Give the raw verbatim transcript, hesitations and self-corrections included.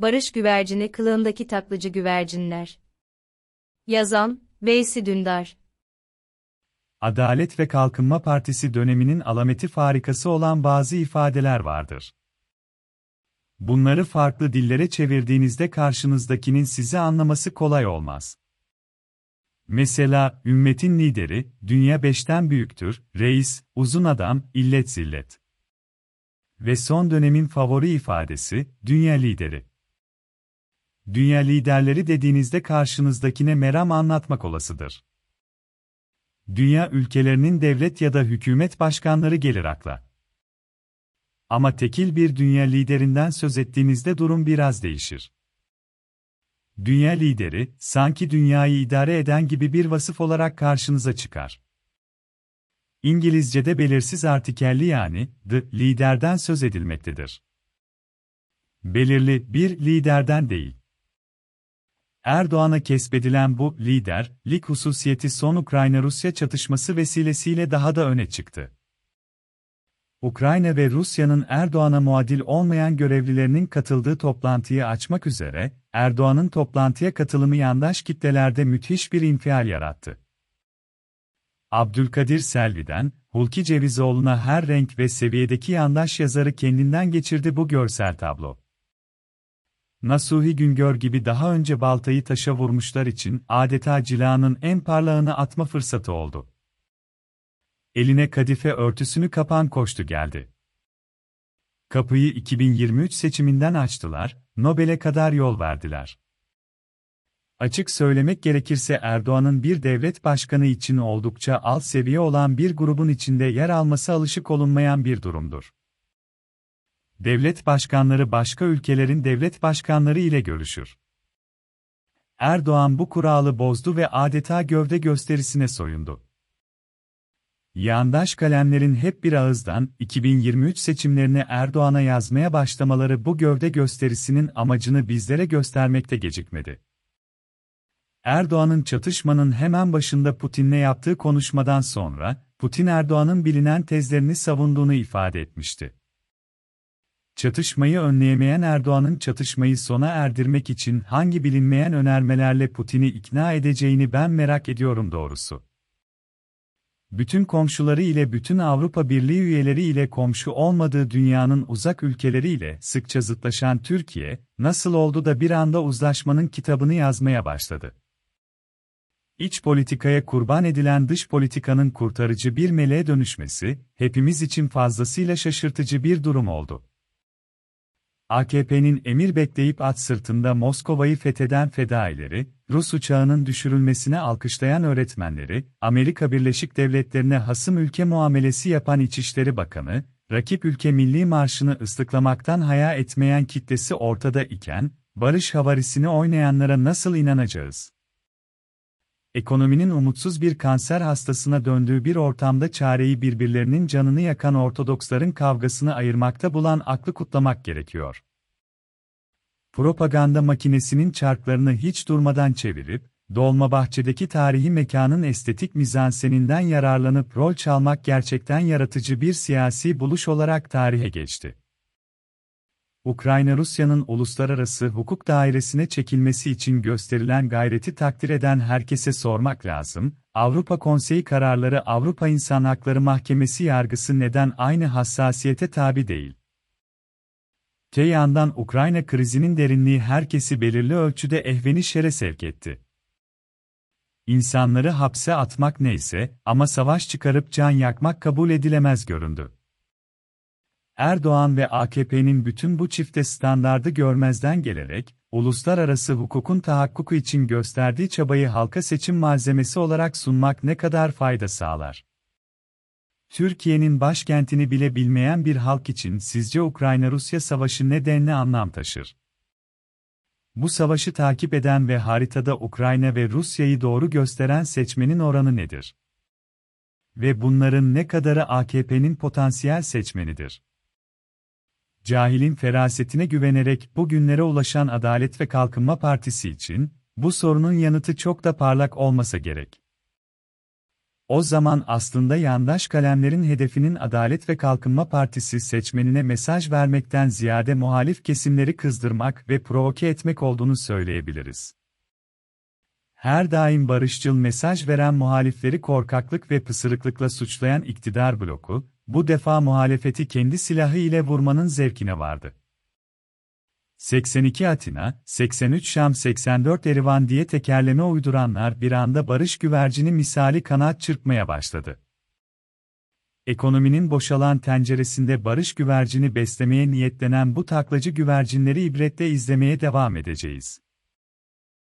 Barış güvercini kılığındaki taklacı güvercinler. Yazan, Veysi Dündar. Adalet ve Kalkınma Partisi döneminin alameti farikası olan bazı ifadeler vardır. Bunları farklı dillere çevirdiğinizde karşınızdakinin sizi anlaması kolay olmaz. Mesela, ümmetin lideri, dünya beşten büyüktür, reis, uzun adam, illet zillet. Ve son dönemin favori ifadesi, dünya lideri. Dünya liderleri dediğinizde karşınızdakine meram anlatmak olasıdır. Dünya ülkelerinin devlet ya da hükümet başkanları gelir akla. Ama tekil bir dünya liderinden söz ettiğinizde durum biraz değişir. Dünya lideri, sanki dünyayı idare eden gibi bir vasıf olarak karşınıza çıkar. İngilizce'de belirsiz artikelli yani, the liderden söz edilmektedir. Belirli bir liderden değil. Erdoğan'a kesbedilen bu liderlik hususiyeti son Ukrayna-Rusya çatışması vesilesiyle daha da öne çıktı. Ukrayna ve Rusya'nın Erdoğan'a muadil olmayan görevlilerinin katıldığı toplantıyı açmak üzere, Erdoğan'ın toplantıya katılımı yandaş kitlelerde müthiş bir infial yarattı. Abdülkadir Selvi'den, Hulki Cevizoğlu'na her renk ve seviyedeki yandaş yazarı kendinden geçirdi bu görsel tablo. Nasuhi Güngör gibi daha önce baltayı taşa vurmuşlar için adeta cilanın en parlağını atma fırsatı oldu. Eline kadife örtüsünü kapan koştu geldi. Kapıyı iki bin yirmi üç seçiminden açtılar, Nobel'e kadar yol verdiler. Açık söylemek gerekirse Erdoğan'ın bir devlet başkanı için oldukça alt seviye olan bir grubun içinde yer alması alışık olunmayan bir durumdur. Devlet başkanları başka ülkelerin devlet başkanları ile görüşür. Erdoğan bu kuralı bozdu ve adeta gövde gösterisine soyundu. Yandaş kalemlerin hep bir ağızdan iki bin yirmi üç seçimlerini Erdoğan'a yazmaya başlamaları bu gövde gösterisinin amacını bizlere göstermekte gecikmedi. Erdoğan'ın çatışmanın hemen başında Putin'le yaptığı konuşmadan sonra, Putin Erdoğan'ın bilinen tezlerini savunduğunu ifade etmişti. Çatışmayı önleyemeyen Erdoğan'ın çatışmayı sona erdirmek için hangi bilinmeyen önermelerle Putin'i ikna edeceğini ben merak ediyorum doğrusu. Bütün komşuları ile bütün Avrupa Birliği üyeleri ile komşu olmadığı dünyanın uzak ülkeleri ile sıkça zıtlaşan Türkiye, nasıl oldu da bir anda uzlaşmanın kitabını yazmaya başladı? İç politikaya kurban edilen dış politikanın kurtarıcı bir meleğe dönüşmesi, hepimiz için fazlasıyla şaşırtıcı bir durum oldu. A K P'nin emir bekleyip at sırtında Moskova'yı fetheden fedaileri, Rus uçağının düşürülmesine alkışlayan öğretmenleri, Amerika Birleşik Devletleri'ne hasım ülke muamelesi yapan İçişleri Bakanı, rakip ülke milli marşını ıslıklamaktan haya etmeyen kitlesi ortada iken, barış havarisini oynayanlara nasıl inanacağız? Ekonominin umutsuz bir kanser hastasına döndüğü bir ortamda çareyi birbirlerinin canını yakan Ortodoksların kavgasını ayırmakta bulan aklı kutlamak gerekiyor. Propaganda makinesinin çarklarını hiç durmadan çevirip, Dolmabahçe'deki tarihi mekanın estetik mizanseninden yararlanıp rol çalmak gerçekten yaratıcı bir siyasi buluş olarak tarihe geçti. Ukrayna-Rusya'nın uluslararası hukuk dairesine çekilmesi için gösterilen gayreti takdir eden herkese sormak lazım, Avrupa Konseyi kararları Avrupa İnsan Hakları Mahkemesi yargısı neden aynı hassasiyete tabi değil? Te yandan Ukrayna krizinin derinliği herkesi belirli ölçüde ehvenişere sevk etti. İnsanları hapse atmak neyse, ama savaş çıkarıp can yakmak kabul edilemez göründü. Erdoğan ve A K P'nin bütün bu çifte standardı görmezden gelerek, uluslararası hukukun tahakkuku için gösterdiği çabayı halka seçim malzemesi olarak sunmak ne kadar fayda sağlar? Türkiye'nin başkentini bile bilmeyen bir halk için sizce Ukrayna-Rusya savaşı ne denli anlam taşır? Bu savaşı takip eden ve haritada Ukrayna ve Rusya'yı doğru gösteren seçmenin oranı nedir? Ve bunların ne kadarı A K P'nin potansiyel seçmenidir? Cahilin ferasetine güvenerek bugünlere ulaşan Adalet ve Kalkınma Partisi için, bu sorunun yanıtı çok da parlak olmasa gerek. O zaman aslında yandaş kalemlerin hedefinin Adalet ve Kalkınma Partisi seçmenine mesaj vermekten ziyade muhalif kesimleri kızdırmak ve provoke etmek olduğunu söyleyebiliriz. Her daim barışçıl mesaj veren muhalifleri korkaklık ve pısırıklıkla suçlayan iktidar bloku, bu defa muhalefeti kendi silahı ile vurmanın zevkine vardı. seksen iki Atina, seksen üç Şam, seksen dört Erivan diye tekerleme uyduranlar bir anda barış güvercini misali kanat çırpmaya başladı. Ekonominin boşalan tenceresinde barış güvercini beslemeye niyetlenen bu taklacı güvercinleri ibretle izlemeye devam edeceğiz.